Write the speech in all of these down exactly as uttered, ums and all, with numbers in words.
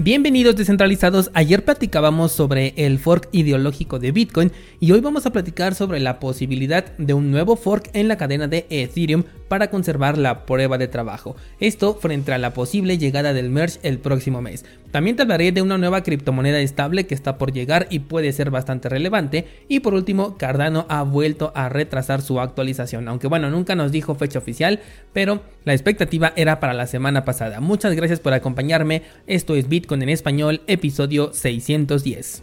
Bienvenidos descentralizados, ayer platicábamos sobre el fork ideológico de Bitcoin y hoy vamos a platicar sobre la posibilidad de un nuevo fork en la cadena de Ethereum para conservar la prueba de trabajo. Esto frente a la posible llegada del merge el próximo mes. También te hablaré de una nueva criptomoneda estable que está por llegar y puede ser bastante relevante. Y por último, Cardano ha vuelto a retrasar su actualización, aunque bueno, nunca nos dijo fecha oficial, pero la expectativa era para la semana pasada. Muchas gracias por acompañarme, esto es Bitcoin en español, episodio seiscientos diez.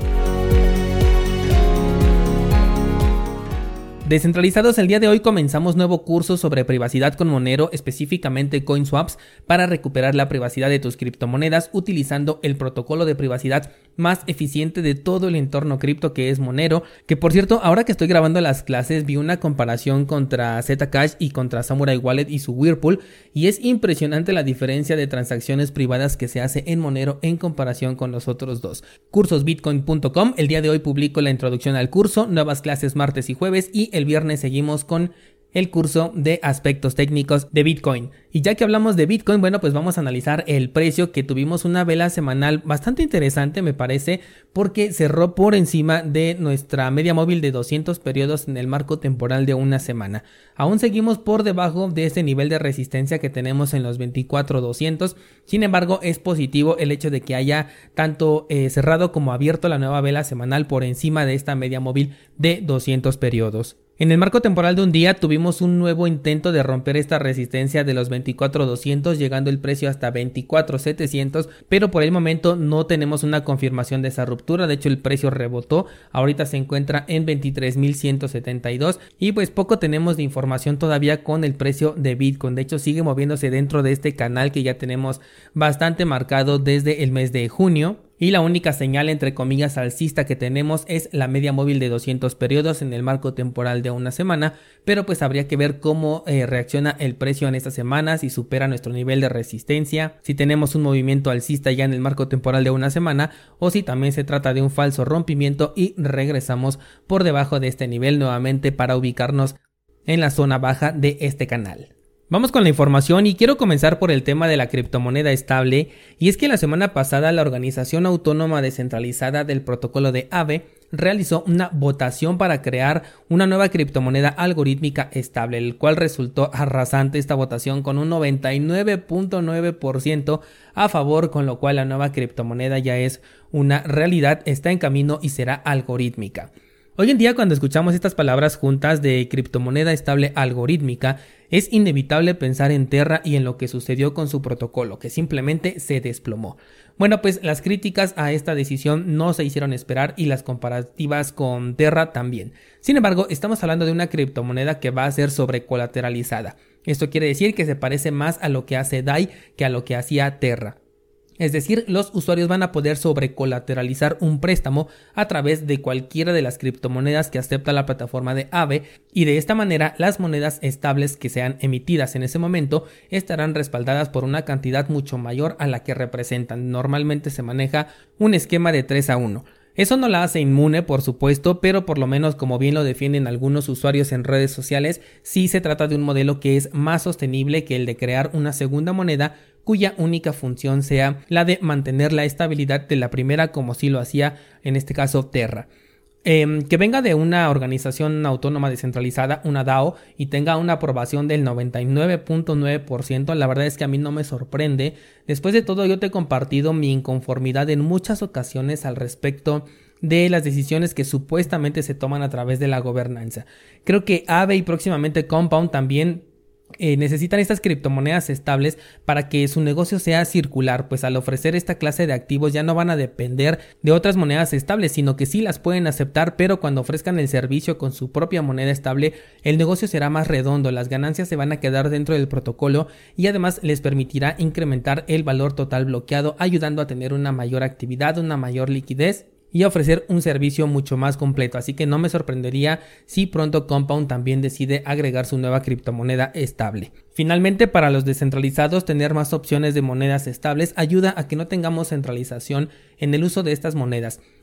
Descentralizados, el día de hoy comenzamos nuevo curso sobre privacidad con Monero, específicamente CoinSwaps, para recuperar la privacidad de tus criptomonedas utilizando el protocolo de privacidad más eficiente de todo el entorno cripto, que es Monero, que por cierto, ahora que estoy grabando las clases vi una comparación contra Zcash y contra Samurai Wallet y su Whirlpool, y es impresionante la diferencia de transacciones privadas que se hace en Monero en comparación con los otros dos. cursos bitcoin punto com, el día de hoy publico la introducción al curso, nuevas clases martes y jueves, y el viernes seguimos con el curso de aspectos técnicos de Bitcoin. Y ya que hablamos de Bitcoin, bueno, pues vamos a analizar el precio, que tuvimos una vela semanal bastante interesante, me parece, porque cerró por encima de nuestra media móvil de doscientos periodos en el marco temporal de una semana. Aún seguimos por debajo de ese nivel de resistencia que tenemos en los veinticuatro doscientos. Sin embargo, es positivo el hecho de que haya tanto eh, cerrado como abierto la nueva vela semanal por encima de esta media móvil de doscientos periodos. En el marco temporal de un día tuvimos un nuevo intento de romper esta resistencia de los veinticuatro doscientos, llegando el precio hasta veinticuatro setecientos, pero por el momento no tenemos una confirmación de esa ruptura. De hecho, el precio rebotó, ahorita se encuentra en veintitrés mil ciento setenta y dos y pues poco tenemos de información todavía con el precio de Bitcoin. De hecho, sigue moviéndose dentro de este canal que ya tenemos bastante marcado desde el mes de junio. Y la única señal entre comillas alcista que tenemos es la media móvil de doscientos periodos en el marco temporal de una semana, pero pues habría que ver cómo eh, reacciona el precio en esta semana, si supera nuestro nivel de resistencia, si tenemos un movimiento alcista ya en el marco temporal de una semana o si también se trata de un falso rompimiento y regresamos por debajo de este nivel nuevamente para ubicarnos en la zona baja de este canal. Vamos con la información y quiero comenzar por el tema de la criptomoneda estable, y es que la semana pasada la Organización Autónoma Descentralizada del Protocolo de Aave realizó una votación para crear una nueva criptomoneda algorítmica estable, el cual resultó arrasante esta votación con un noventa y nueve punto nueve por ciento a favor, con lo cual la nueva criptomoneda ya es una realidad, está en camino y será algorítmica. Hoy en día, cuando escuchamos estas palabras juntas de criptomoneda estable algorítmica, es inevitable pensar en Terra y en lo que sucedió con su protocolo, que simplemente se desplomó. Bueno, pues las críticas a esta decisión no se hicieron esperar y las comparativas con Terra también. Sin embargo, estamos hablando de una criptomoneda que va a ser sobrecolateralizada. Esto quiere decir que se parece más a lo que hace D A I que a lo que hacía Terra. Es decir, los usuarios van a poder sobrecolateralizar un préstamo a través de cualquiera de las criptomonedas que acepta la plataforma de Aave, y de esta manera las monedas estables que sean emitidas en ese momento estarán respaldadas por una cantidad mucho mayor a la que representan. Normalmente se maneja un esquema de tres a uno. Eso no la hace inmune, por supuesto, pero por lo menos, como bien lo defienden algunos usuarios en redes sociales, sí se trata de un modelo que es más sostenible que el de crear una segunda moneda cuya única función sea la de mantener la estabilidad de la primera, como sí lo hacía en este caso Terra. Eh, que venga de una organización autónoma descentralizada, una DAO, y tenga una aprobación del noventa y nueve punto nueve por ciento, la verdad es que a mí no me sorprende. Después de todo, yo te he compartido mi inconformidad en muchas ocasiones al respecto de las decisiones que supuestamente se toman a través de la gobernanza. Creo que Aave y próximamente Compound también Eh, necesitan estas criptomonedas estables para que su negocio sea circular, pues al ofrecer esta clase de activos ya no van a depender de otras monedas estables, sino que sí las pueden aceptar, pero cuando ofrezcan el servicio con su propia moneda estable, el negocio será más redondo, las ganancias se van a quedar dentro del protocolo y además les permitirá incrementar el valor total bloqueado, ayudando a tener una mayor actividad, una mayor liquidez y a ofrecer un servicio mucho más completo. Así que no me sorprendería si pronto Compound también decide agregar su nueva criptomoneda estable. Finalmente, para los descentralizados, tener más opciones de monedas estables ayuda a que no tengamos centralización en el uso de estas monedas.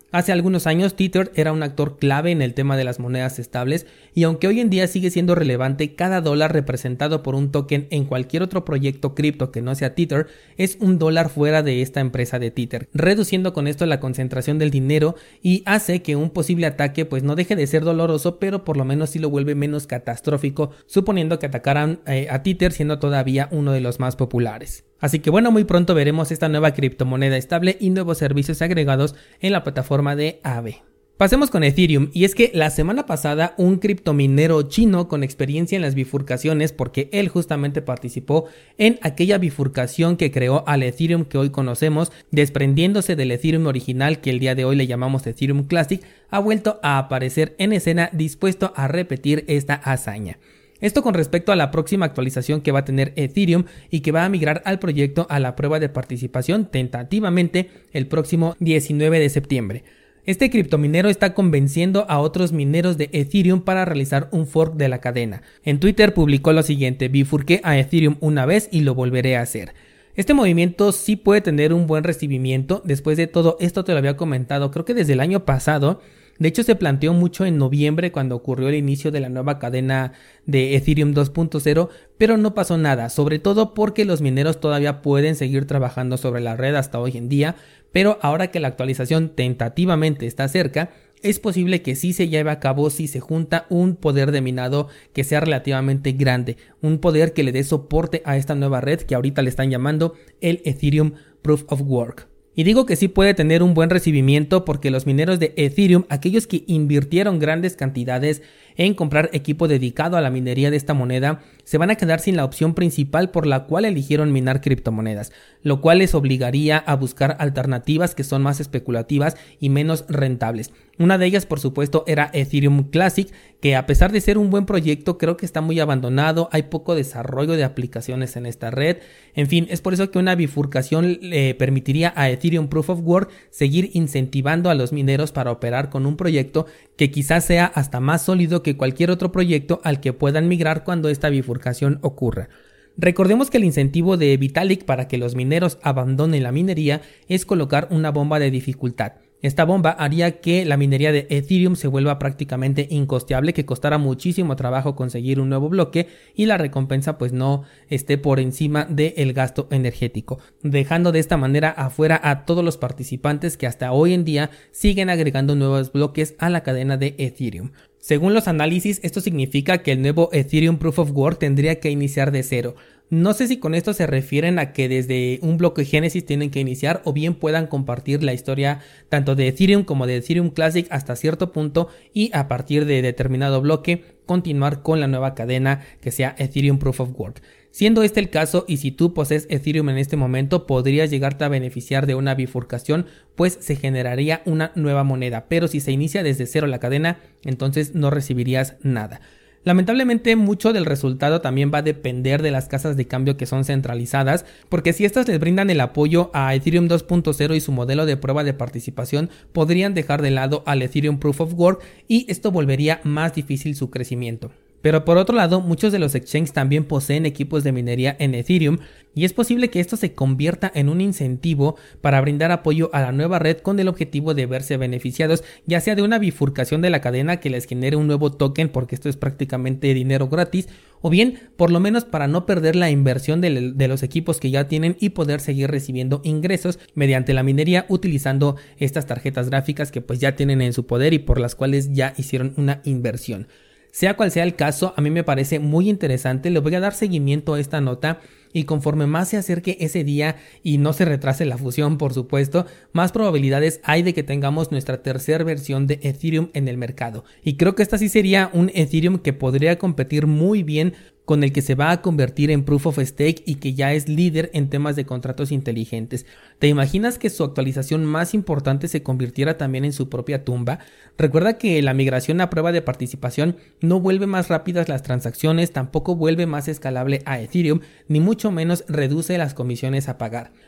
Hace algunos años Tether era un actor clave en el tema de las monedas estables y aunque hoy en día sigue siendo relevante, cada dólar representado por un token en cualquier otro proyecto cripto que no sea Tether es un dólar fuera de esta empresa de Tether, reduciendo con esto la concentración del dinero y hace que un posible ataque pues no deje de ser doloroso, pero por lo menos sí lo vuelve menos catastrófico, suponiendo que atacaran eh, a Tether siendo todavía uno de los más populares. Así que bueno, muy pronto veremos esta nueva criptomoneda estable y nuevos servicios agregados en la plataforma de Aave. Pasemos con Ethereum, y es que la semana pasada un criptominero chino con experiencia en las bifurcaciones, porque él justamente participó en aquella bifurcación que creó al Ethereum que hoy conocemos, desprendiéndose del Ethereum original que el día de hoy le llamamos Ethereum Classic, ha vuelto a aparecer en escena dispuesto a repetir esta hazaña. Esto con respecto a la próxima actualización que va a tener Ethereum y que va a migrar al proyecto a la prueba de participación tentativamente el próximo diecinueve de septiembre. Este criptominero está convenciendo a otros mineros de Ethereum para realizar un fork de la cadena. En Twitter publicó lo siguiente: bifurqué a Ethereum una vez y lo volveré a hacer. Este movimiento sí puede tener un buen recibimiento. Después de todo esto te lo había comentado, creo que desde el año pasado. De hecho, se planteó mucho en noviembre cuando ocurrió el inicio de la nueva cadena de Ethereum dos punto cero, pero no pasó nada, sobre todo porque los mineros todavía pueden seguir trabajando sobre la red hasta hoy en día, pero ahora que la actualización tentativamente está cerca, es posible que sí se lleve a cabo si se junta un poder de minado que sea relativamente grande, un poder que le dé soporte a esta nueva red que ahorita le están llamando el Ethereum Proof of Work. Y digo que sí puede tener un buen recibimiento porque los mineros de Ethereum, aquellos que invirtieron grandes cantidades en comprar equipo dedicado a la minería de esta moneda, se van a quedar sin la opción principal por la cual eligieron minar criptomonedas, lo cual les obligaría a buscar alternativas que son más especulativas y menos rentables. Una de ellas, por supuesto, era Ethereum Classic, que a pesar de ser un buen proyecto, creo que está muy abandonado, hay poco desarrollo de aplicaciones en esta red. En fin, es por eso que una bifurcación le permitiría a Ethereum Proof of Work seguir incentivando a los mineros para operar con un proyecto que quizás sea hasta más sólido que cualquier otro proyecto al que puedan migrar cuando esta bifurcación ocurra. Recordemos que el incentivo de Vitalik para que los mineros abandonen la minería es colocar una bomba de dificultad. Esta bomba haría que la minería de Ethereum se vuelva prácticamente incosteable, que costara muchísimo trabajo conseguir un nuevo bloque y la recompensa pues no esté por encima del gasto energético, dejando de esta manera afuera a todos los participantes que hasta hoy en día siguen agregando nuevos bloques a la cadena de Ethereum. Según los análisis, esto significa que el nuevo Ethereum Proof of Work tendría que iniciar de cero. No sé si con esto se refieren a que desde un bloque Génesis tienen que iniciar o bien puedan compartir la historia tanto de Ethereum como de Ethereum Classic hasta cierto punto y a partir de determinado bloque continuar con la nueva cadena que sea Ethereum Proof of Work. Siendo este el caso y si tú posees Ethereum en este momento, podrías llegarte a beneficiar de una bifurcación, pues se generaría una nueva moneda, pero si se inicia desde cero la cadena, entonces no recibirías nada. Lamentablemente mucho del resultado también va a depender de las casas de cambio que son centralizadas, porque si estas les brindan el apoyo a Ethereum dos punto cero y su modelo de prueba de participación, podrían dejar de lado al Ethereum Proof of Work y esto volvería más difícil su crecimiento. Pero por otro lado, muchos de los exchanges también poseen equipos de minería en Ethereum y es posible que esto se convierta en un incentivo para brindar apoyo a la nueva red con el objetivo de verse beneficiados, ya sea de una bifurcación de la cadena que les genere un nuevo token porque esto es prácticamente dinero gratis, o bien por lo menos para no perder la inversión de, de los equipos que ya tienen y poder seguir recibiendo ingresos mediante la minería utilizando estas tarjetas gráficas que pues ya tienen en su poder y por las cuales ya hicieron una inversión. Sea cual sea el caso, a mí me parece muy interesante, le voy a dar seguimiento a esta nota y conforme más se acerque ese día y no se retrase la fusión, por supuesto, más probabilidades hay de que tengamos nuestra tercera versión de Ethereum en el mercado. Y creo que esta sí sería un Ethereum que podría competir muy bien con el que se va a convertir en Proof of Stake y que ya es líder en temas de contratos inteligentes. ¿Te imaginas que su actualización más importante se convirtiera también en su propia tumba? Recuerda que la migración a prueba de participación no vuelve más rápidas las transacciones, tampoco vuelve más escalable a Ethereum, ni mucho menos reduce las comisiones a pagar.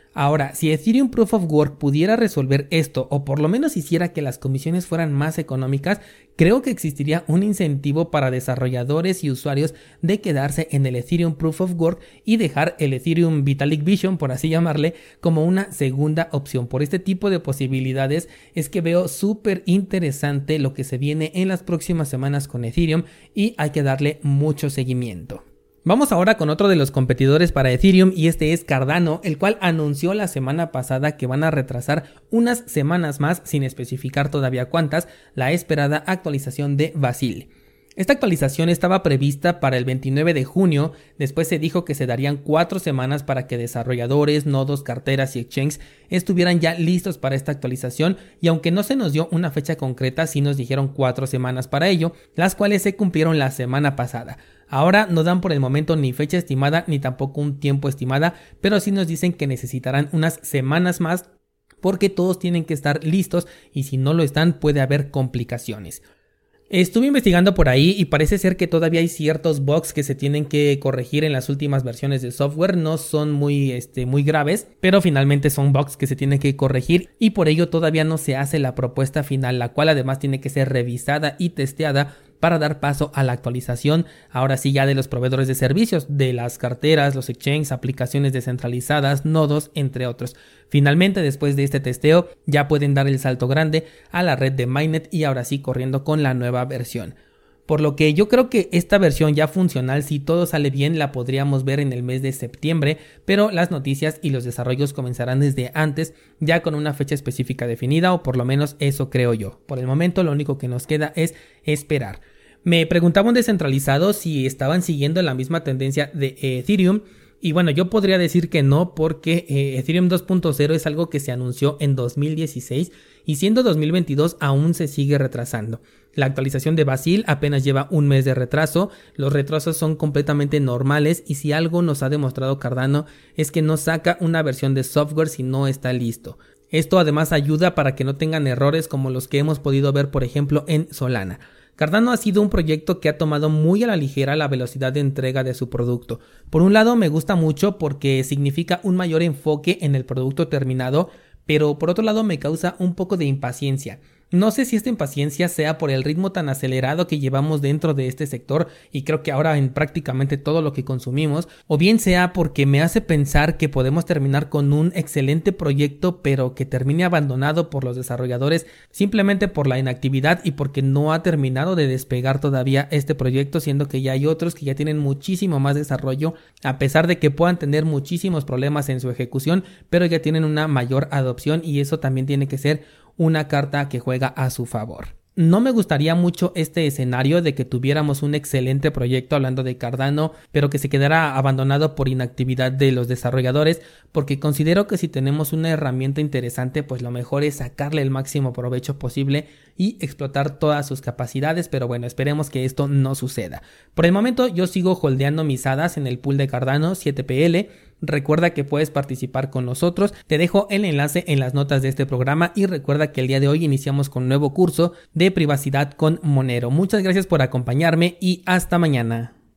Ahora, si Ethereum Proof of Work pudiera resolver esto o por lo menos hiciera que las comisiones fueran más económicas, creo que existiría un incentivo para desarrolladores y usuarios de quedarse en el Ethereum Proof of Work y dejar el Ethereum Vitalik Vision, por así llamarle, como una segunda opción. Por este tipo de posibilidades es que veo súper interesante lo que se viene en las próximas semanas con Ethereum y hay que darle mucho seguimiento. Vamos ahora con otro de los competidores para Ethereum y este es Cardano, el cual anunció la semana pasada que van a retrasar unas semanas más, sin especificar todavía cuántas, la esperada actualización de Basil. Esta actualización estaba prevista para el veintinueve de junio, después se dijo que se darían cuatro semanas para que desarrolladores, nodos, carteras y exchanges estuvieran ya listos para esta actualización y aunque no se nos dio una fecha concreta, sí nos dijeron cuatro semanas para ello, las cuales se cumplieron la semana pasada. Ahora no dan por el momento ni fecha estimada ni tampoco un tiempo estimada, pero sí nos dicen que necesitarán unas semanas más porque todos tienen que estar listos y si no lo están puede haber complicaciones. Estuve investigando por ahí y parece ser que todavía hay ciertos bugs que se tienen que corregir en las últimas versiones del software. No son muy, este, muy graves, pero finalmente son bugs que se tienen que corregir y por ello todavía no se hace la propuesta final, la cual además tiene que ser revisada y testeada para dar paso a la actualización, ahora sí ya de los proveedores de servicios, de las carteras, los exchanges, aplicaciones descentralizadas, nodos, entre otros. Finalmente, después de este testeo, ya pueden dar el salto grande a la red de Mainnet y ahora sí corriendo con la nueva versión. Por lo que yo creo que esta versión ya funcional, si todo sale bien, la podríamos ver en el mes de septiembre, pero las noticias y los desarrollos comenzarán desde antes, ya con una fecha específica definida, o por lo menos eso creo yo. Por el momento lo único que nos queda es esperar. Me preguntaba un descentralizado si estaban siguiendo la misma tendencia de Ethereum. Y bueno, yo podría decir que no porque eh, Ethereum dos punto cero es algo que se anunció en dos mil dieciséis y siendo dos mil veintidós aún se sigue retrasando. La actualización de Basil apenas lleva un mes de retraso, los retrasos son completamente normales y si algo nos ha demostrado Cardano es que no saca una versión de software si no está listo. Esto además ayuda para que no tengan errores como los que hemos podido ver por ejemplo en Solana. Cardano ha sido un proyecto que ha tomado muy a la ligera la velocidad de entrega de su producto. Por un lado me gusta mucho porque significa un mayor enfoque en el producto terminado, pero por otro lado me causa un poco de impaciencia. No sé si esta impaciencia sea por el ritmo tan acelerado que llevamos dentro de este sector y creo que ahora en prácticamente todo lo que consumimos, o bien sea porque me hace pensar que podemos terminar con un excelente proyecto pero que termine abandonado por los desarrolladores simplemente por la inactividad y porque no ha terminado de despegar todavía este proyecto, siendo que ya hay otros que ya tienen muchísimo más desarrollo a pesar de que puedan tener muchísimos problemas en su ejecución, pero ya tienen una mayor adopción y eso también tiene que ser una carta que juega a su favor. No me gustaría mucho este escenario de que tuviéramos un excelente proyecto hablando de Cardano, pero que se quedara abandonado por inactividad de los desarrolladores, porque considero que si tenemos una herramienta interesante, pues lo mejor es sacarle el máximo provecho posible y explotar todas sus capacidades, pero bueno, esperemos que esto no suceda. Por el momento yo sigo holdeando mis hadas en el pool de Cardano siete P L. Recuerda que puedes participar con nosotros, te dejo el enlace en las notas de este programa y recuerda que el día de hoy iniciamos con un nuevo curso de privacidad con Monero. Muchas gracias por acompañarme y hasta mañana.